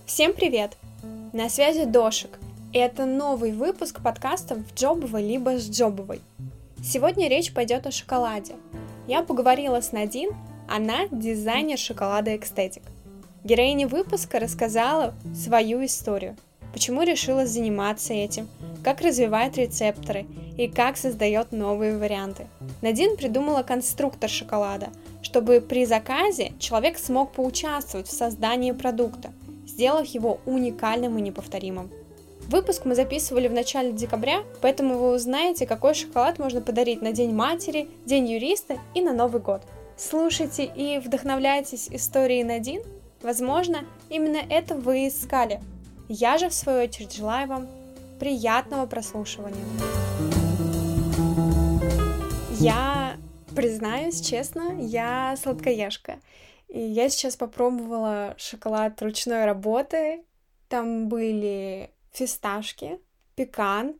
Всем привет! На связи Дошик, и это новый выпуск подкастов в Джобовой либо с Джобовой. Сегодня речь пойдет о шоколаде. Я поговорила с Надин, она дизайнер шоколада Экстетик. Героиня выпуска рассказала свою историю, почему решила заниматься этим, как развивает рецепторы и как создает новые варианты. Надин придумала конструктор шоколада, чтобы при заказе человек смог поучаствовать в создании продукта, сделав его уникальным и неповторимым. Выпуск мы записывали в начале декабря, поэтому вы узнаете, какой шоколад можно подарить на День матери, День юриста и на Новый год. Слушайте и вдохновляйтесь историей Надин. Возможно, именно это вы искали. Я же, в свою очередь, желаю вам приятного прослушивания. Я признаюсь честно, я сладкоежка. И я сейчас попробовала шоколад ручной работы. Там были фисташки, пекан,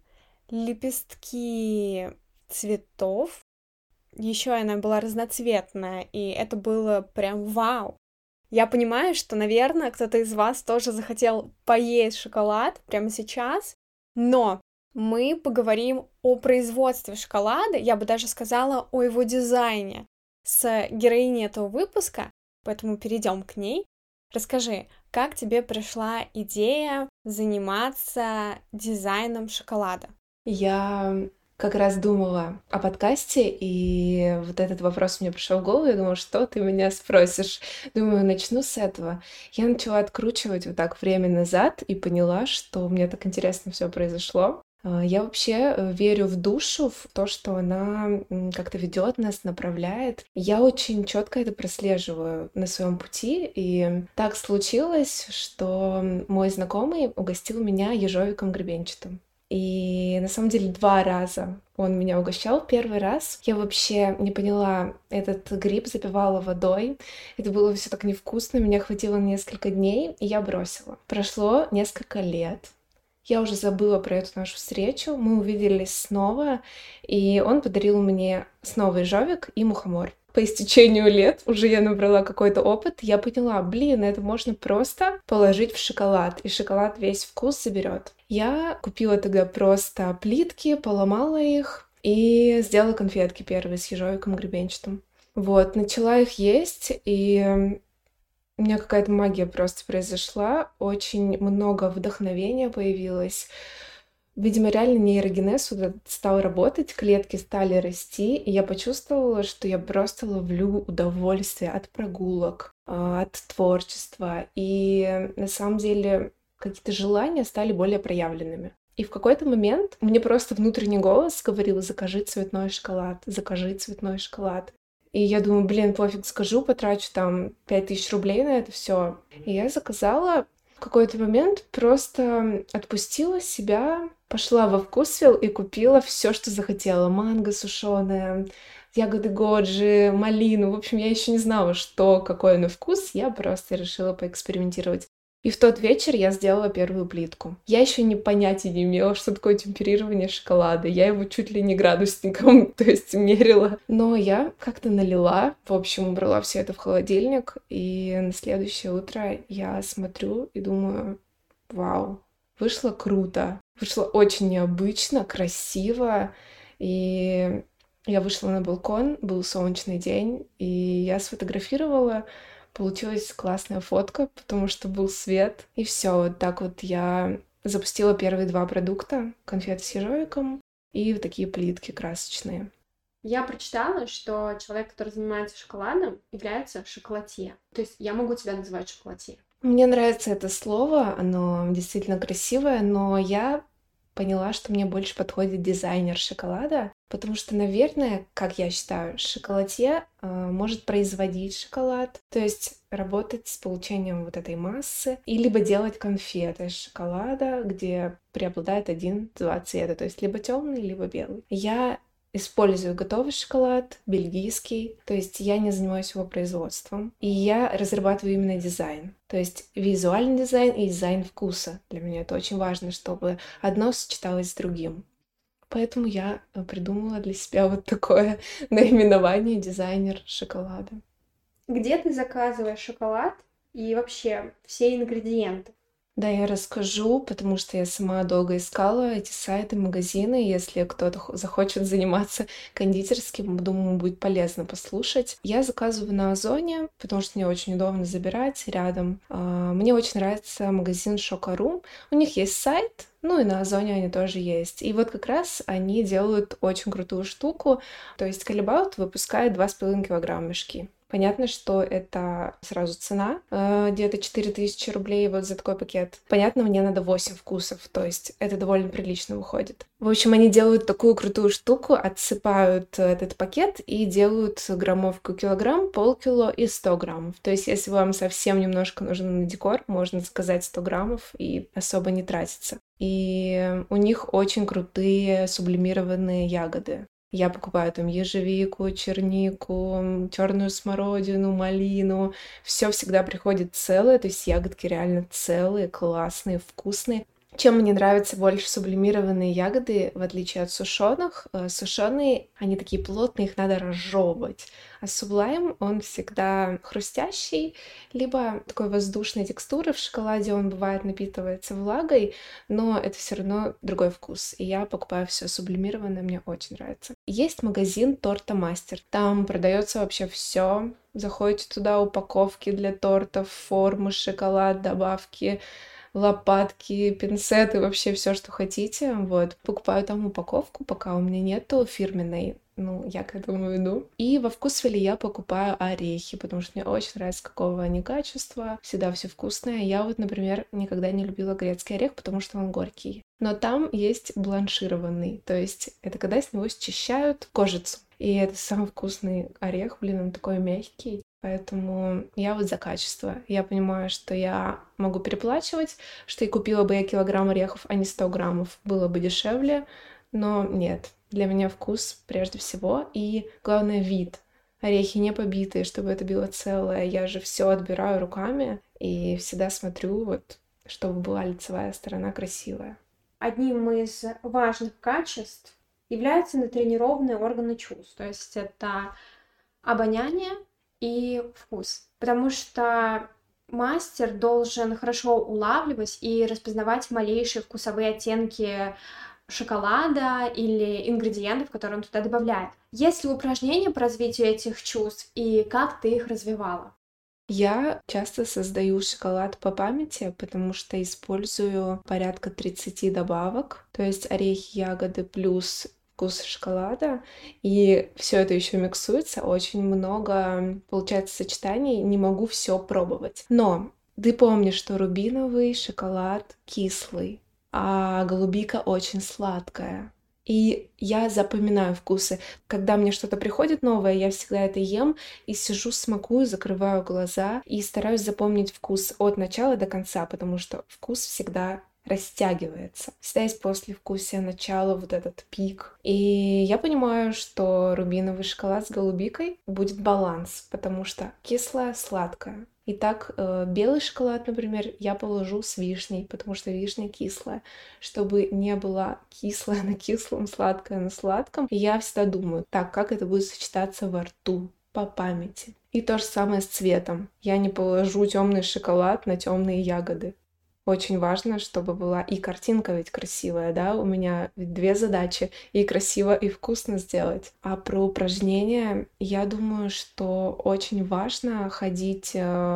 лепестки цветов. Еще она была разноцветная, и это было прям вау. Я понимаю, что, наверное, кто-то из вас тоже захотел поесть шоколад прямо сейчас, но мы поговорим о производстве шоколада, я бы даже сказала о его дизайне с героиней этого выпуска, поэтому перейдем к ней. Расскажи, как тебе пришла идея заниматься дизайном шоколада? Я как раз думала о подкасте, и вот этот вопрос мне пришел в голову. Я думала, что ты меня спросишь. Думаю, начну с этого. Я начала откручивать вот так время назад и поняла, что у меня так интересно все произошло. Я вообще верю в душу, в то, что она как-то ведет нас, направляет. Я очень четко это прослеживаю на своем пути, и так случилось, что мой знакомый угостил меня ежовиком гребенчатым. И на самом деле 2 раза он меня угощал. Первый раз я вообще не поняла, этот гриб запивала водой. Это было все так невкусно, меня хватило несколько дней, и я бросила. Прошло несколько лет. Я уже забыла про эту нашу встречу, мы увиделись снова, и он подарил мне снова ежовик и мухомор. По истечению лет уже я набрала какой-то опыт, я поняла, это можно просто положить в шоколад, и шоколад весь вкус заберет. Я купила тогда просто плитки, поломала их и сделала конфетки первые с ежовиком гребенчатым. Вот, начала их есть, и у меня какая-то магия просто произошла, очень много вдохновения появилось. Видимо, реально нейрогенез вот этот стал работать, клетки стали расти, и я почувствовала, что я просто ловлю удовольствие от прогулок, от творчества, и на самом деле какие-то желания стали более проявленными. И в какой-то момент мне просто внутренний голос говорил: закажи цветной шоколад, закажи цветной шоколад. И я думаю, пофиг, скажу, потрачу там 5000 рублей на это все. И я заказала. В какой-то момент просто отпустила себя, пошла во Вкусвилл и купила все, что захотела. Манго сушеное, ягоды годжи, малину. В общем, я еще не знала, что, какой на вкус. Я просто решила поэкспериментировать. И в тот вечер я сделала первую плитку. Я еще понятия не имела, что такое темперирование шоколада. Я его чуть ли не градусником, то есть мерила. Но я как-то налила, в общем, убрала все это в холодильник. И на следующее утро я смотрю и думаю: вау, вышло круто. Вышло очень необычно, красиво. И я вышла на балкон, был солнечный день, и я сфотографировала. Получилась классная фотка, потому что был свет. И все, вот так вот я запустила первые 2 продукта: конфеты с ежовиком и вот такие плитки красочные. Я прочитала, что человек, который занимается шоколадом, является шоколатье. То есть я могу тебя называть шоколатье. Мне нравится это слово, оно действительно красивое, но я поняла, что мне больше подходит дизайнер шоколада, потому что, наверное, как я считаю, шоколатье может производить шоколад, то есть работать с получением вот этой массы, и либо делать конфеты из шоколада, где преобладает 1-2 цвета, то есть либо темный, либо белый. Я использую готовый шоколад, бельгийский, то есть я не занимаюсь его производством. И я разрабатываю именно дизайн, то есть визуальный дизайн и дизайн вкуса. Для меня это очень важно, чтобы одно сочеталось с другим. Поэтому я придумала для себя вот такое наименование: дизайнер шоколада. Где ты заказываешь шоколад и вообще все ингредиенты? Да, я расскажу, потому что я сама долго искала эти сайты, магазины. Если кто-то захочет заниматься кондитерским, думаю, будет полезно послушать. Я заказываю на Озоне, потому что мне очень удобно забирать рядом. Мне очень нравится магазин Шокару. У них есть сайт, ну и на Озоне они тоже есть. И вот как раз они делают очень крутую штуку. То есть Callebaut выпускает 2,5 килограмма мешки. Понятно, что это сразу цена, где-то 4000 рублей вот за такой пакет. Понятно, мне надо 8 вкусов, то есть это довольно прилично выходит. В общем, они делают такую крутую штуку, отсыпают этот пакет и делают граммовку килограмм, полкило и 100 граммов. То есть если вам совсем немножко нужно на декор, можно заказать 100 граммов и особо не тратиться. И у них очень крутые сублимированные ягоды. Я покупаю там ежевику, чернику, черную смородину, малину. Все всегда приходит целое, то есть ягодки реально целые, классные, вкусные. Чем мне нравятся больше сублимированные ягоды, в отличие от сушеных? Сушеные, они такие плотные, их надо разжевывать. А сублайм, он всегда хрустящий, либо такой воздушной текстуры. В шоколаде он бывает напитывается влагой, но это все равно другой вкус. И я покупаю все сублимированное, мне очень нравится. Есть магазин Торта Мастер. Там продается вообще все. Заходите туда, упаковки для тортов, формы, шоколад, добавки, лопатки, пинцеты, вообще все, что хотите. Вот. Покупаю там упаковку, пока у меня нету фирменной. Ну, я к этому иду. И во Вкусвилле я покупаю орехи, потому что мне очень нравится, какого они качества. Всегда все вкусное. Я вот, например, никогда не любила грецкий орех, потому что он горький. Но там есть бланшированный, то есть это когда с него счищают кожицу. И это самый вкусный орех, блин, он такой мягкий. Поэтому я вот за качество. Я понимаю, что я могу переплачивать, что и купила бы я килограмм орехов, а не 100 граммов, было бы дешевле. Но нет, для меня вкус прежде всего и, главное, вид. Орехи не побитые, чтобы это было целое. Я же все отбираю руками и всегда смотрю, вот, чтобы была лицевая сторона красивая. Одним из важных качеств являются натренированные органы чувств. То есть это обоняние и вкус. Потому что мастер должен хорошо улавливать и распознавать малейшие вкусовые оттенки шоколада или ингредиентов, которые он туда добавляет. Есть ли упражнения по развитию этих чувств и как ты их развивала? Я часто создаю шоколад по памяти, потому что использую порядка 30 добавок, то есть орехи, ягоды плюс вкус шоколада, и все это еще миксуется, очень много получается сочетаний, не могу все пробовать. Но ты помнишь, что рубиновый шоколад кислый, а голубика очень сладкая. И я запоминаю вкусы. Когда мне что-то приходит новое, я всегда это ем и сижу, смакую, закрываю глаза и стараюсь запомнить вкус от начала до конца, потому что вкус всегда растягивается. Всегда есть послевкусие, начало, вот этот пик. И я понимаю, что рубиновый шоколад с голубикой будет баланс, потому что кислое, сладкое. Итак, белый шоколад, например, я положу с вишней, потому что вишня кислая, чтобы не было кислое на кислом, сладкое на сладком. И я всегда думаю, так, как это будет сочетаться во рту по памяти. И то же самое с цветом. Я не положу темный шоколад на темные ягоды. Очень важно, чтобы была и картинка ведь красивая, да, у меня ведь две задачи, и красиво, и вкусно сделать. А про упражнения, я думаю, что очень важно ходить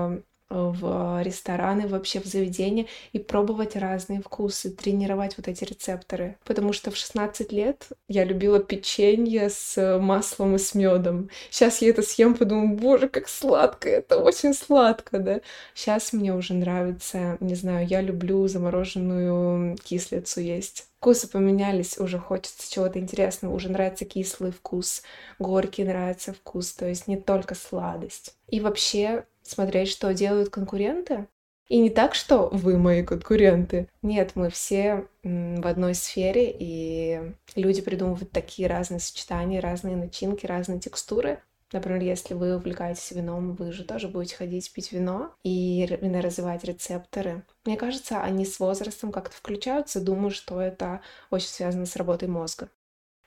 в рестораны, вообще в заведения и пробовать разные вкусы, тренировать вот эти рецепторы. Потому что в 16 лет я любила печенье с маслом и с медом. Сейчас я это съем, подумаю, боже, как сладко, это очень сладко, да. Сейчас мне уже нравится, не знаю, я люблю замороженную кислицу есть. Вкусы поменялись, уже хочется чего-то интересного, уже нравится кислый вкус, горький нравится вкус, то есть не только сладость. И вообще смотреть, что делают конкуренты. И не так, что вы мои конкуренты. Нет, мы все в одной сфере, и люди придумывают такие разные сочетания, разные начинки, разные текстуры. Например, если вы увлекаетесь вином, вы же тоже будете ходить пить вино и именно развивать рецепторы. Мне кажется, они с возрастом как-то включаются. Думаю, что это очень связано с работой мозга.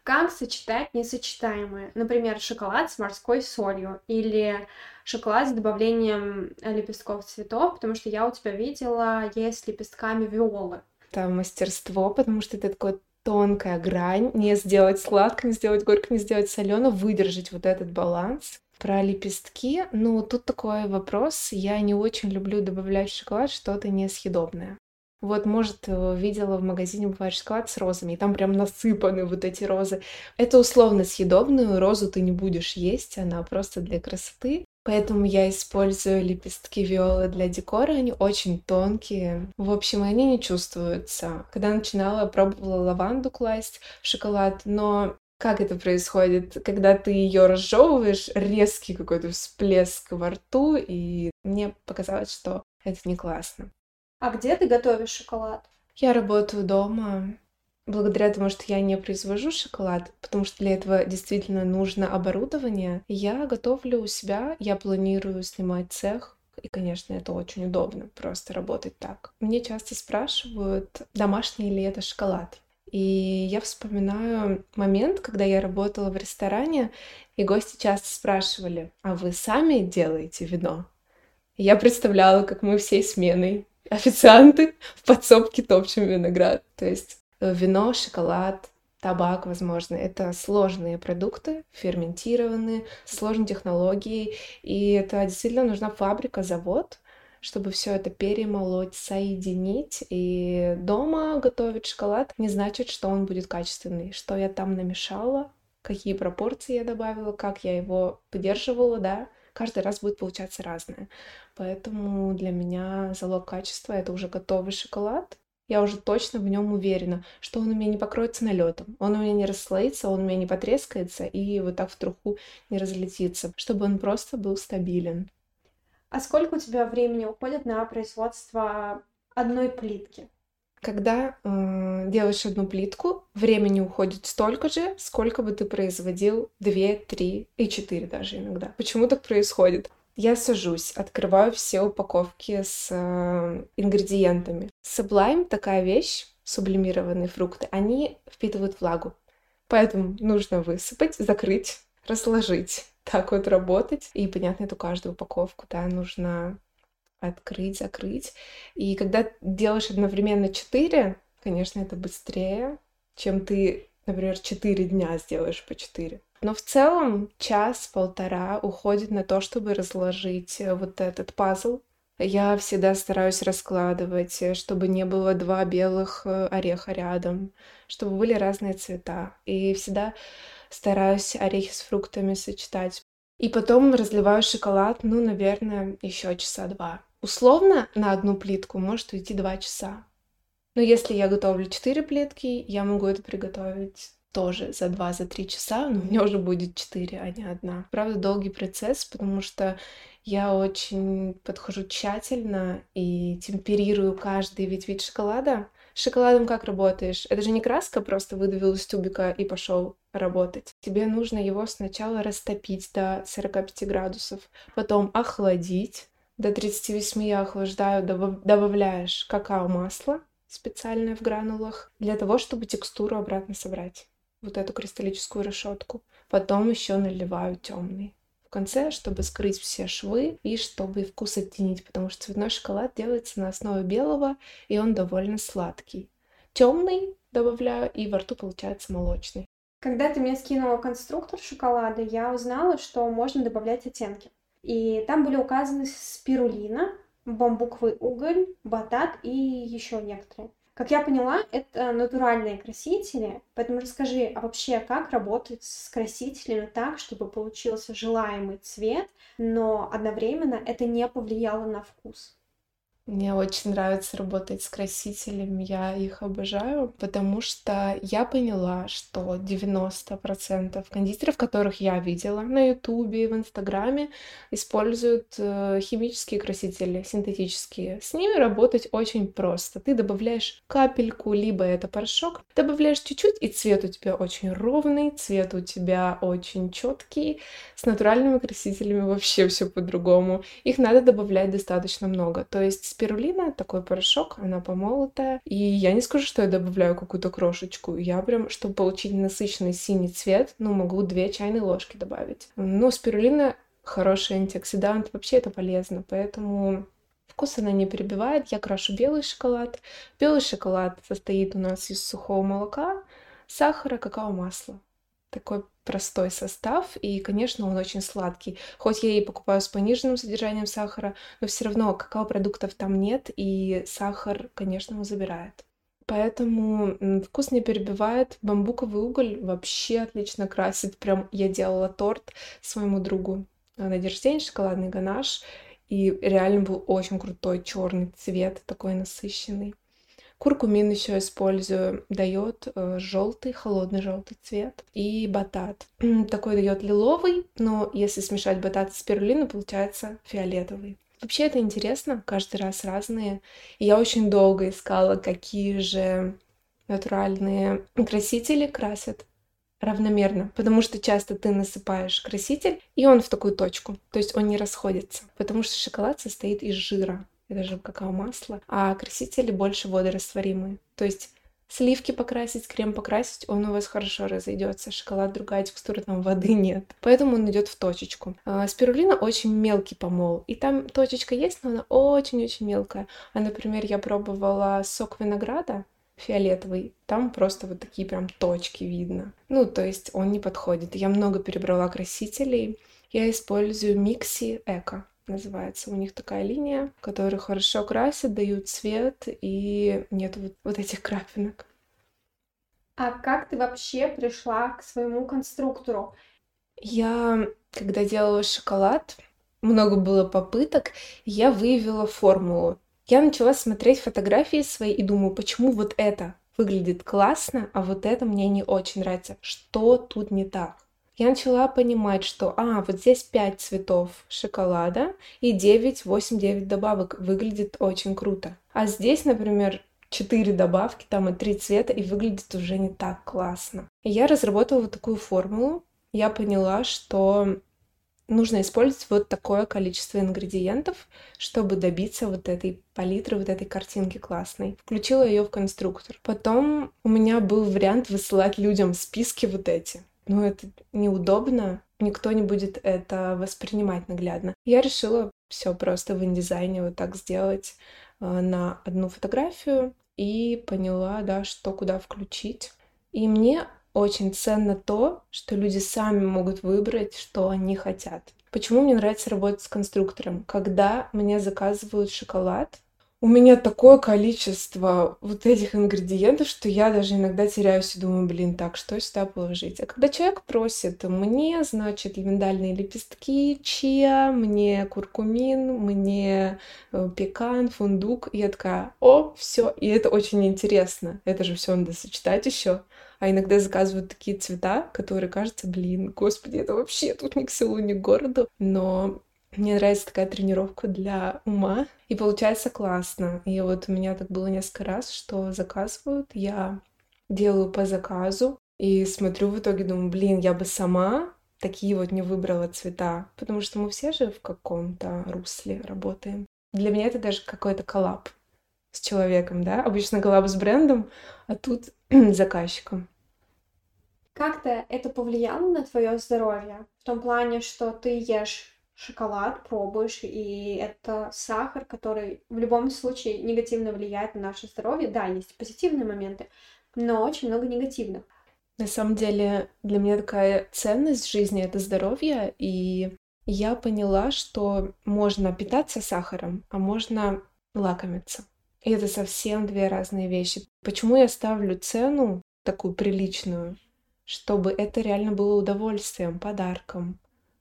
Как сочетать несочетаемое? Например, шоколад с морской солью или шоколад с добавлением лепестков цветов, потому что я у тебя видела, есть с лепестками виолы. Это мастерство, потому что это такая тонкая грань, не сделать сладко, не сделать горько, не сделать солено, выдержать вот этот баланс. Про лепестки, ну, тут такой вопрос. Я не очень люблю добавлять в шоколад что-то несъедобное. Вот, может, видела в магазине бывает шоколад с розами, и там прям насыпаны вот эти розы. Это условно съедобную розу ты не будешь есть, она просто для красоты. Поэтому я использую лепестки виолы для декора, они очень тонкие. В общем, они не чувствуются. Когда начинала, пробовала лаванду класть в шоколад, но как это происходит? Когда ты ее разжевываешь, резкий какой-то всплеск во рту, и мне показалось, что это не классно. А где ты готовишь шоколад? Я работаю дома, благодаря тому, что я не произвожу шоколад, потому что для этого действительно нужно оборудование. Я готовлю у себя, я планирую снимать цех, и, конечно, это очень удобно, просто работать так. Мне часто спрашивают, домашний ли это шоколад. И я вспоминаю момент, когда я работала в ресторане, и гости часто спрашивали, а вы сами делаете вино? И я представляла, как мы всей сменой, официанты, в подсобке топчем виноград. То есть вино, шоколад, табак, возможно, это сложные продукты, ферментированные, с сложной технологией, и это действительно нужна фабрика, завод, чтобы все это перемолоть, соединить. И дома готовить шоколад не значит, что он будет качественный, что я там намешала, какие пропорции я добавила, как я его поддерживала, да. Каждый раз будет получаться разное. Поэтому для меня залог качества — это уже готовый шоколад. Я уже точно в нем уверена, что он у меня не покроется налетом, он у меня не расслоится, он у меня не потрескается и вот так в труху не разлетится, чтобы он просто был стабилен. А сколько у тебя времени уходит на производство одной плитки? Когда делаешь одну плитку, времени уходит столько же, сколько бы ты производил 2, 3 и 4 даже иногда. Почему так происходит? Я сажусь, открываю все упаковки с ингредиентами. Sublime — такая вещь, сублимированные фрукты, они впитывают влагу. Поэтому нужно высыпать, закрыть, разложить. Так вот работать. И, понятно, эту каждую упаковку, да, нужно открыть, закрыть. И когда делаешь одновременно 4, конечно, это быстрее, чем ты, например, 4 дня сделаешь по 4. Но в целом час-полтора уходит на то, чтобы разложить вот этот пазл. Я всегда стараюсь раскладывать, чтобы не было 2 белых ореха рядом, чтобы были разные цвета. И всегда стараюсь орехи с фруктами сочетать. И потом разливаю шоколад, ну, наверное, еще часа 2. Условно на одну плитку может уйти 2 часа. Но если я готовлю 4 плитки, я могу это приготовить тоже за 2-3 часа, но у меня уже будет 4, а не одна. Правда, долгий процесс, потому что я очень подхожу тщательно и темперирую каждый вид шоколада. С шоколадом как работаешь? Это же не краска, просто выдавил из тюбика и пошел работать. Тебе нужно его сначала растопить до 45 градусов, потом охладить. До 38 я охлаждаю, добавляешь какао-масло специальное в гранулах, для того, чтобы текстуру обратно собрать. Вот эту кристаллическую решетку. Потом еще наливаю темный. В конце, чтобы скрыть все швы и чтобы вкус оттенить, потому что цветной шоколад делается на основе белого, и он довольно сладкий. Темный добавляю, и во рту получается молочный. Когда ты мне скинула конструктор шоколада, я узнала, что можно добавлять оттенки. И там были указаны спирулина, бамбуковый уголь, батат и еще некоторые. Как я поняла, это натуральные красители, поэтому расскажи, а вообще как работать с красителями так, чтобы получился желаемый цвет, но одновременно это не повлияло на вкус? Мне очень нравится работать с красителями, я их обожаю, потому что я поняла, что 90% кондитеров, которых я видела на Ютубе, в Инстаграме, используют химические красители, синтетические. С ними работать очень просто. Ты добавляешь капельку, либо это порошок, добавляешь чуть-чуть, и цвет у тебя очень ровный, цвет у тебя очень четкий. С натуральными красителями вообще все по-другому. Их надо добавлять достаточно много. То есть спирулина, такой порошок, она помолотая. И я не скажу, что я добавляю какую-то крошечку. Я прям, чтобы получить насыщенный синий цвет, могу 2 чайные ложки добавить. Но спирулина хороший антиоксидант, вообще это полезно, поэтому вкус она не перебивает. Я крашу белый шоколад. Белый шоколад состоит у нас из сухого молока, сахара, какао-масла. Такой простой состав, и, конечно, он очень сладкий. Хоть я и покупаю с пониженным содержанием сахара, но все равно какао-продуктов там нет, и сахар, конечно, его забирает. Поэтому вкус не перебивает. Бамбуковый уголь вообще отлично красит. Прям я делала торт своему другу на день рождения, шоколадный ганаш, и реально был очень крутой черный цвет, такой насыщенный. Куркумин еще использую, дает желтый, холодный желтый цвет. И батат. Такой дает лиловый, но если смешать батат и спирулину, получается фиолетовый. Вообще это интересно, каждый раз разные. И я очень долго искала, какие же натуральные красители красят равномерно, потому что часто ты насыпаешь краситель, и он в такую точку, то есть он не расходится, потому что шоколад состоит из жира, это же какао-масло, а красители больше водорастворимые, то есть сливки покрасить, крем покрасить, он у вас хорошо разойдется, шоколад другая текстура, там воды нет, поэтому он идет в точечку. Спирулина очень мелкий помол, и там точечка есть, но она очень-очень мелкая. А, например, я пробовала сок винограда, фиолетовый, там просто вот такие прям точки видно. То есть он не подходит. Я много перебрала красителей. Я использую Mixi Eco, называется. У них такая линия, которые хорошо красят, дают цвет, и нет вот этих крапинок. А как ты вообще пришла к своему конструктору? Я, когда делала шоколад, много было попыток, и я выявила формулу. Я начала смотреть фотографии свои и думаю, почему вот это выглядит классно, а вот это мне не очень нравится. Что тут не так? Я начала понимать, что, вот здесь 5 цветов шоколада и 8-9 добавок. Выглядит очень круто. А здесь, например, 4 добавки, там и 3 цвета, и выглядит уже не так классно. И я разработала вот такую формулу. Я поняла, что нужно использовать вот такое количество ингредиентов, чтобы добиться вот этой палитры, вот этой картинки классной. Включила ее в конструктор. Потом у меня был вариант высылать людям списки вот эти. Но это неудобно, никто не будет это воспринимать наглядно. Я решила все просто в индизайне вот так сделать на одну фотографию и поняла, да, что куда включить. И мне очень ценно то, что люди сами могут выбрать, что они хотят. Почему мне нравится работать с конструктором? Когда мне заказывают шоколад, у меня такое количество вот этих ингредиентов, что я даже иногда теряюсь и думаю, так, что сюда положить? А когда человек просит, мне, значит, миндальные лепестки, чиа, мне куркумин, мне пекан, фундук, и я такая, все, и это очень интересно. Это же все надо сочетать еще. А иногда заказывают такие цвета, которые кажутся, господи, это вообще тут ни к селу, ни к городу. Но мне нравится такая тренировка для ума, и получается классно. И вот у меня так было несколько раз, что заказывают, я делаю по заказу, и смотрю в итоге, думаю, я бы сама такие вот не выбрала цвета, потому что мы все же в каком-то русле работаем. Для меня это даже какой-то коллаб с человеком, да? Обычно коллаб с брендом, а тут заказчиком. Как-то это повлияло на твое здоровье? В том плане, что ты ешь шоколад, пробуешь, и это сахар, который в любом случае негативно влияет на наше здоровье. Да, есть позитивные моменты, но очень много негативных. На самом деле, для меня такая ценность в жизни — это здоровье, и я поняла, что можно питаться сахаром, а можно лакомиться. И это совсем 2 разные вещи. Почему я ставлю цену такую приличную? Чтобы это реально было удовольствием, подарком.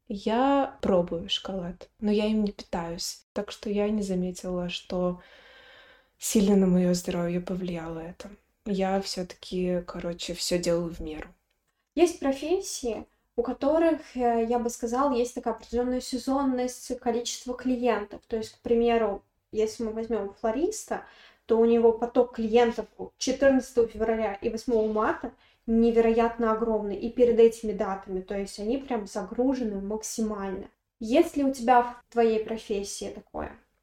Я пробую шоколад, но я им не питаюсь. Так что я не заметила, что сильно на мое здоровье повлияло это. Я все-таки, все делаю в меру. Есть профессии, у которых, я бы сказала, есть такая определенная сезонность количества клиентов. То есть, к примеру, если мы возьмем флориста, то у него поток клиентов 14 февраля и 8 марта невероятно огромный, и перед этими датами, то есть они прям загружены максимально. Есть ли у тебя в твоей профессии такое?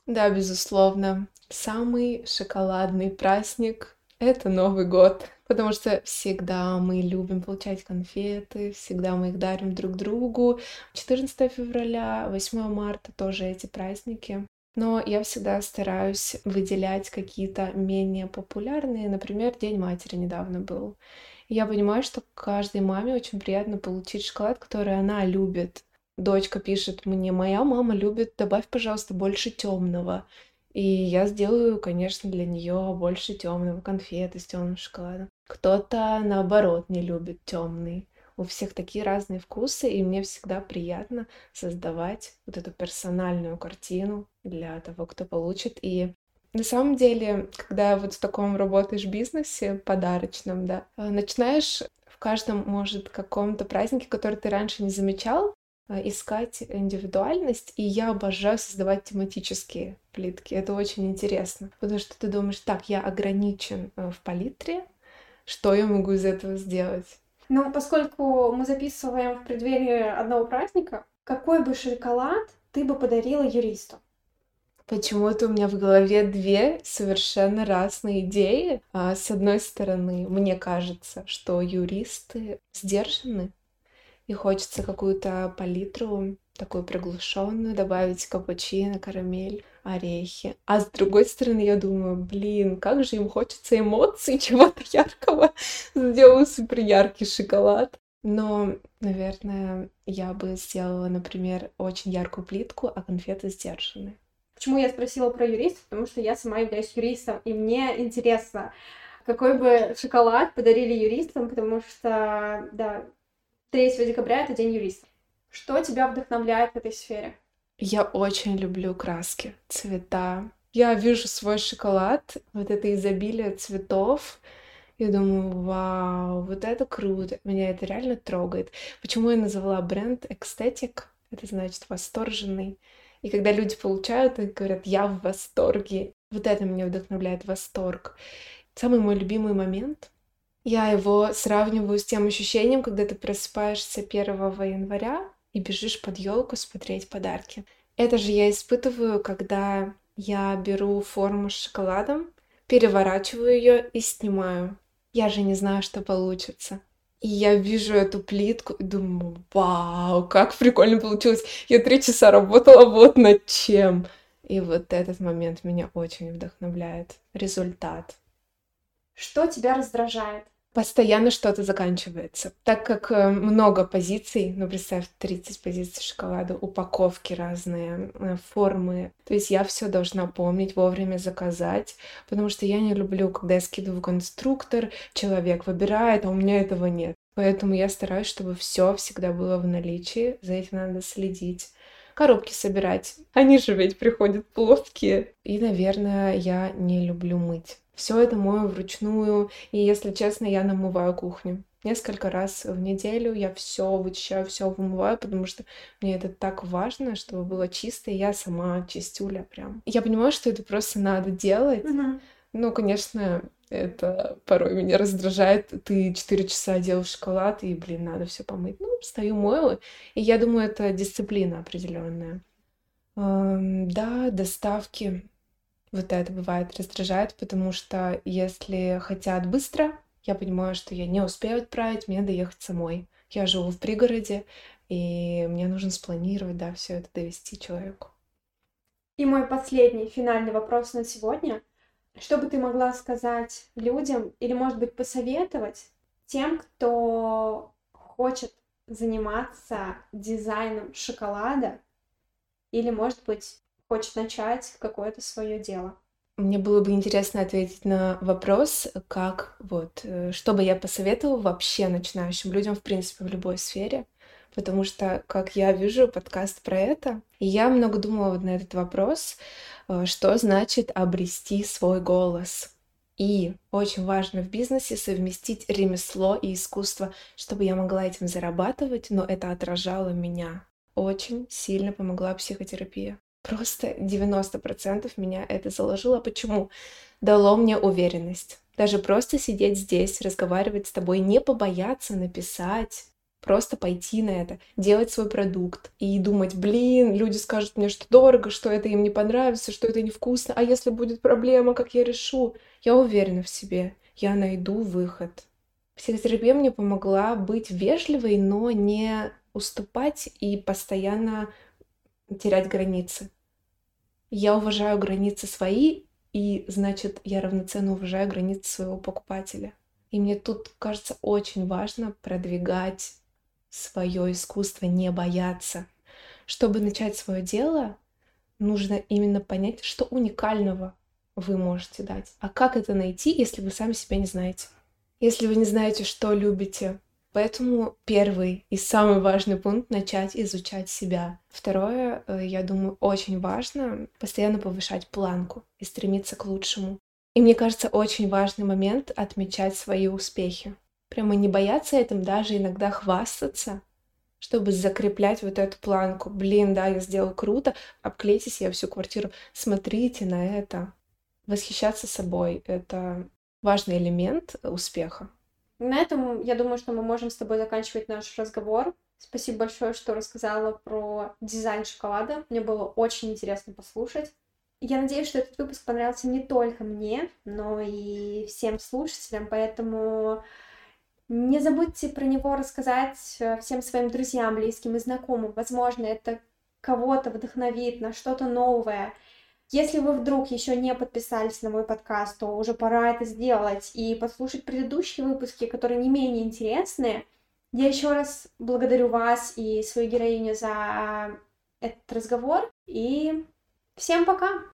Да, безусловно, самый шоколадный праздник — это Новый год, потому что всегда мы любим получать конфеты, всегда мы их дарим друг другу. 14 февраля, 8 марта тоже эти праздники. Но я всегда стараюсь выделять какие-то менее популярные. Например, День матери недавно был. И я понимаю, что каждой маме очень приятно получить шоколад, который она любит. Дочка пишет мне: моя мама любит, добавь, пожалуйста, больше темного. И я сделаю, конечно, для нее больше темного, конфеты с темным шоколадом. Кто-то, наоборот, не любит темный. У всех такие разные вкусы, и мне всегда приятно создавать вот эту персональную картину для того, кто получит. И на самом деле, когда вот в таком работаешь бизнесе подарочном, да, начинаешь в каждом, может, каком-то празднике, который ты раньше не замечал, искать индивидуальность, и я обожаю создавать тематические плитки. Это очень интересно, потому что ты думаешь: так, я ограничен в палитре, что я могу из этого сделать? Но поскольку мы записываем в преддверии одного праздника, какой бы шоколад ты бы подарила юристу? Почему-то у меня в голове две совершенно разные идеи. С одной стороны, мне кажется, что юристы сдержаны, и хочется какую-то палитру такую приглушенную добавить: капучино, карамель, орехи. А с другой стороны, я думаю: блин, как же им хочется эмоций, чего-то яркого. Сделаю супер яркий шоколад. Но, наверное, я бы сделала, например, очень яркую плитку, а конфеты сдержанные. Почему я спросила про юристов? Потому что я сама являюсь юристом, и мне интересно, какой бы шоколад подарили юристам, потому что, да, 3 декабря — это День юриста. Что тебя вдохновляет в этой сфере? Я очень люблю краски, цвета. Я вижу свой шоколад, вот это изобилие цветов, и думаю: вау, вот это круто. Меня это реально трогает. Почему я назвала бренд Ecstatic? Это значит восторженный. И когда люди получают и говорят: я в восторге, вот это меня вдохновляет, восторг. Самый мой любимый момент. Я его сравниваю с тем ощущением, когда ты просыпаешься 1 января и бежишь под елку смотреть подарки. Это же я испытываю, когда я беру форму с шоколадом, переворачиваю ее и снимаю. Я же не знаю, что получится. И я вижу эту плитку и думаю: вау, как прикольно получилось. Я 3 часа работала вот над чем. И вот этот момент меня очень вдохновляет. Результат. Что тебя раздражает? Постоянно что-то заканчивается. Так как много позиций, ну, представь, 30 позиций шоколада, упаковки разные, формы. То есть я все должна помнить, вовремя заказать, потому что я не люблю, когда я скидываю конструктор, человек выбирает, а у меня этого нет. Поэтому я стараюсь, чтобы все всегда было в наличии, за этим надо следить. Коробки собирать. Они же ведь приходят плоские. И, наверное, я не люблю мыть. Все это мою вручную, и, если честно, я намываю кухню. Несколько раз в неделю я все вычищаю, все вымываю, потому что мне это так важно, чтобы было чисто, и я сама чистюля прям. Я понимаю, что это просто надо делать. Ну, конечно, это порой меня раздражает. Ты 4 часа делаешь шоколад, и, блин, надо все помыть. Ну, стою, мою, и я думаю, это дисциплина определенная. Да, доставки. Вот это бывает раздражает, потому что если хотят быстро, я понимаю, что я не успею отправить, мне доехать самой. Я живу в пригороде, и мне нужно спланировать, да, все это довести человеку. И мой последний, финальный вопрос на сегодня. Что бы ты могла сказать людям или, может быть, посоветовать тем, кто хочет заниматься дизайном шоколада или, может быть, хочет начать какое-то свое дело? Мне было бы интересно ответить на вопрос, что бы я посоветовала вообще начинающим людям, в принципе, в любой сфере. Потому что, как я вижу, подкаст про это. И я много думала вот на этот вопрос, что значит обрести свой голос. И очень важно в бизнесе совместить ремесло и искусство, чтобы я могла этим зарабатывать, но это отражало меня. Очень сильно помогла психотерапия. Просто 90% меня это заложило. Почему? Дало мне уверенность. Даже просто сидеть здесь, разговаривать с тобой, не побояться написать. просто пойти на это, делать свой продукт и думать, блин, люди скажут мне, что дорого, что это им не понравится, что это невкусно, а если будет проблема, как я решу? Я уверена в себе, я найду выход. Психотерапия мне помогла быть вежливой, но не уступать и постоянно терять границы. Я уважаю границы свои, и, значит, я равноценно уважаю границы своего покупателя. И мне тут кажется очень важно продвигать свое искусство, не бояться. Чтобы начать свое дело, нужно именно понять, что уникального вы можете дать. А как это найти, если вы сами себя не знаете? Если вы не знаете, что любите. Поэтому первый и самый важный пункт — начать изучать себя. Второе, я думаю, очень важно постоянно повышать планку и стремиться к лучшему. И мне кажется, очень важный момент — отмечать свои успехи. Прямо не бояться этим, даже иногда хвастаться, чтобы закреплять вот эту планку. Блин, да, я сделал круто, обклейте себе всю квартиру, смотрите на это. Восхищаться собой — это важный элемент успеха. На этом, я думаю, что мы можем с тобой заканчивать наш разговор. Спасибо большое, что рассказала про дизайн шоколада. Мне было очень интересно послушать. Я надеюсь, что этот выпуск понравился не только мне, но и всем слушателям, поэтому не забудьте про него рассказать всем своим друзьям, близким и знакомым. Возможно, это кого-то вдохновит на что-то новое. Если вы вдруг еще не подписались на мой подкаст, то уже пора это сделать и послушать предыдущие выпуски, которые не менее интересные. Я еще раз благодарю вас и свою героиню за этот разговор. И всем пока!